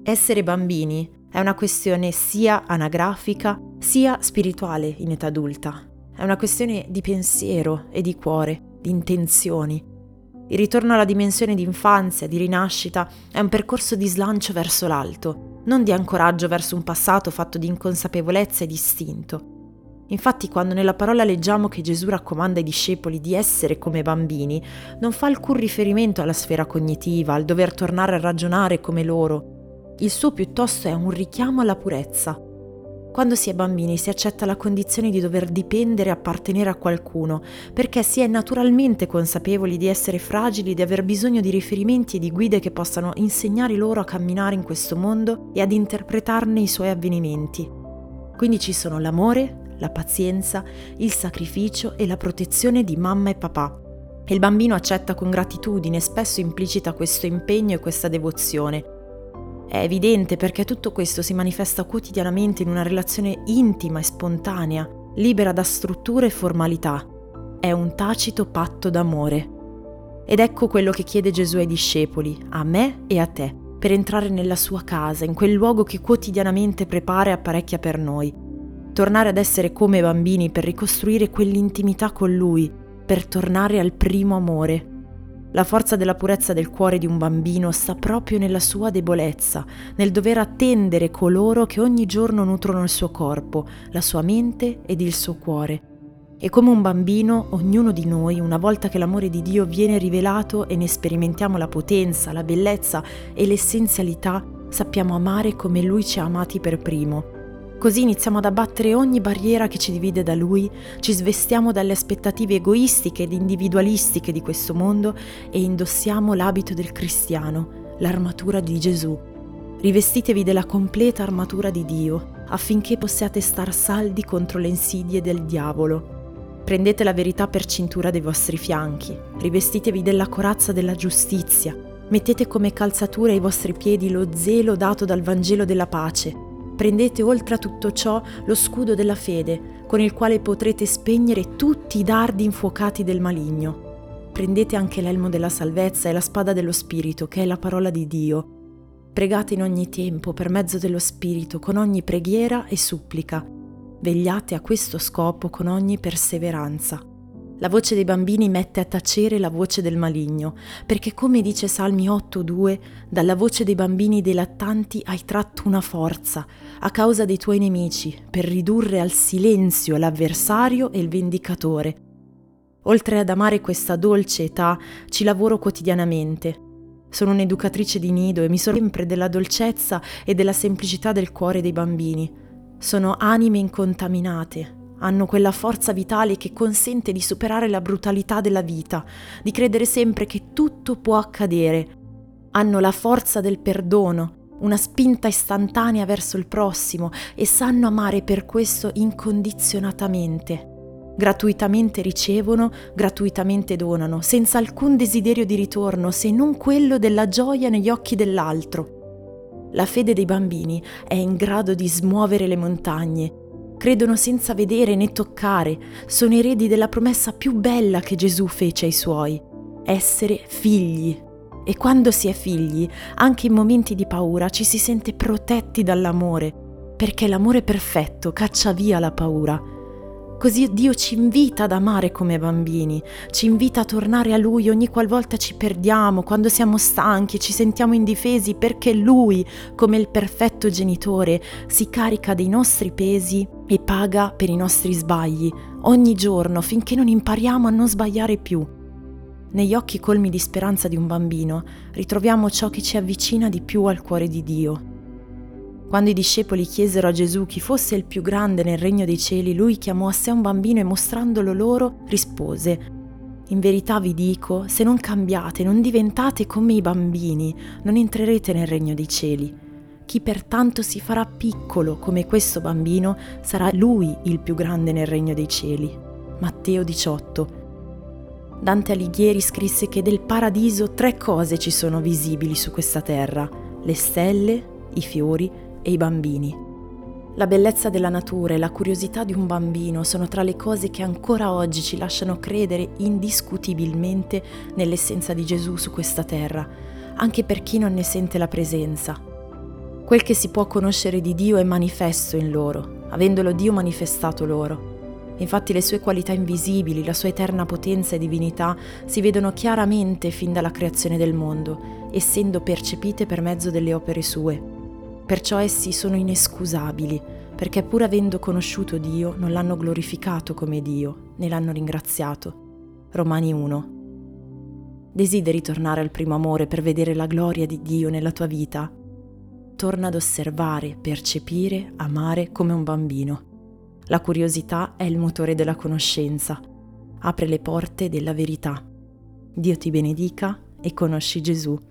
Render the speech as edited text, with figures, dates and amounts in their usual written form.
Essere bambini è una questione sia anagrafica sia spirituale in età adulta. È una questione di pensiero e di cuore, di intenzioni. Il ritorno alla dimensione di infanzia, di rinascita, è un percorso di slancio verso l'alto, non di ancoraggio verso un passato fatto di inconsapevolezza e di istinto. Infatti, quando nella parola leggiamo che Gesù raccomanda ai discepoli di essere come bambini, non fa alcun riferimento alla sfera cognitiva, al dover tornare a ragionare come loro. Il suo piuttosto è un richiamo alla purezza. Quando si è bambini si accetta la condizione di dover dipendere e appartenere a qualcuno, perché si è naturalmente consapevoli di essere fragili, di aver bisogno di riferimenti e di guide che possano insegnare loro a camminare in questo mondo e ad interpretarne i suoi avvenimenti. Quindi ci sono l'amore, la pazienza, il sacrificio e la protezione di mamma e papà. E il bambino accetta con gratitudine, spesso implicita questo impegno e questa devozione. È evidente perché tutto questo si manifesta quotidianamente in una relazione intima e spontanea, libera da strutture e formalità. È un tacito patto d'amore. Ed ecco quello che chiede Gesù ai discepoli, a me e a te, per entrare nella sua casa, in quel luogo che quotidianamente prepara e apparecchia per noi. Tornare ad essere come bambini per ricostruire quell'intimità con Lui, per tornare al primo amore. La forza della purezza del cuore di un bambino sta proprio nella sua debolezza, nel dover attendere coloro che ogni giorno nutrono il suo corpo, la sua mente ed il suo cuore. E come un bambino, ognuno di noi, una volta che l'amore di Dio viene rivelato e ne sperimentiamo la potenza, la bellezza e l'essenzialità, sappiamo amare come Lui ci ha amati per primo. Così iniziamo ad abbattere ogni barriera che ci divide da Lui, ci svestiamo dalle aspettative egoistiche ed individualistiche di questo mondo e indossiamo l'abito del cristiano, l'armatura di Gesù. Rivestitevi della completa armatura di Dio, affinché possiate star saldi contro le insidie del diavolo. Prendete la verità per cintura dei vostri fianchi, rivestitevi della corazza della giustizia, mettete come calzatura ai vostri piedi lo zelo dato dal Vangelo della pace. Prendete oltre a tutto ciò lo scudo della fede, con il quale potrete spegnere tutti i dardi infuocati del maligno. Prendete anche l'elmo della salvezza e la spada dello Spirito, che è la parola di Dio. Pregate in ogni tempo, per mezzo dello Spirito, con ogni preghiera e supplica. Vegliate a questo scopo con ogni perseveranza. La voce dei bambini mette a tacere la voce del maligno, perché come dice Salmi 8:2, dalla voce dei bambini e dei lattanti hai tratto una forza, a causa dei tuoi nemici, per ridurre al silenzio l'avversario e il vendicatore. Oltre ad amare questa dolce età, ci lavoro quotidianamente. Sono un'educatrice di nido e mi sono sempre della dolcezza e della semplicità del cuore dei bambini. Sono anime incontaminate. Hanno quella forza vitale che consente di superare la brutalità della vita, di credere sempre che tutto può accadere. Hanno la forza del perdono, una spinta istantanea verso il prossimo e sanno amare per questo incondizionatamente. Gratuitamente ricevono, gratuitamente donano, senza alcun desiderio di ritorno se non quello della gioia negli occhi dell'altro. La fede dei bambini è in grado di smuovere le montagne. Credono senza vedere né toccare, sono eredi della promessa più bella che Gesù fece ai suoi, essere figli. E quando si è figli, anche in momenti di paura ci si sente protetti dall'amore, perché l'amore perfetto caccia via la paura. Così Dio ci invita ad amare come bambini, ci invita a tornare a Lui ogni qualvolta ci perdiamo, quando siamo stanchi e ci sentiamo indifesi, perché Lui, come il perfetto genitore, si carica dei nostri pesi e paga per i nostri sbagli, ogni giorno, finché non impariamo a non sbagliare più. Negli occhi colmi di speranza di un bambino ritroviamo ciò che ci avvicina di più al cuore di Dio. Quando i discepoli chiesero a Gesù chi fosse il più grande nel regno dei cieli, lui chiamò a sé un bambino e mostrandolo loro rispose: «In verità vi dico, se non cambiate, non diventate come i bambini, non entrerete nel regno dei cieli. Chi pertanto si farà piccolo come questo bambino, sarà lui il più grande nel regno dei cieli». Matteo 18. Dante Alighieri scrisse che del paradiso 3 cose ci sono visibili su questa terra: le stelle, i fiori e i bambini. La bellezza della natura e la curiosità di un bambino sono tra le cose che ancora oggi ci lasciano credere indiscutibilmente nell'essenza di Gesù su questa terra, anche per chi non ne sente la presenza. Quel che si può conoscere di Dio è manifesto in loro, avendolo Dio manifestato loro. Infatti le sue qualità invisibili, la sua eterna potenza e divinità si vedono chiaramente fin dalla creazione del mondo, essendo percepite per mezzo delle opere sue. Perciò essi sono inescusabili, perché pur avendo conosciuto Dio non l'hanno glorificato come Dio, né l'hanno ringraziato. Romani 1. Desideri tornare al primo amore per vedere la gloria di Dio nella tua vita? Torna ad osservare, percepire, amare come un bambino. La curiosità è il motore della conoscenza. Apre le porte della verità. Dio ti benedica e conosci Gesù.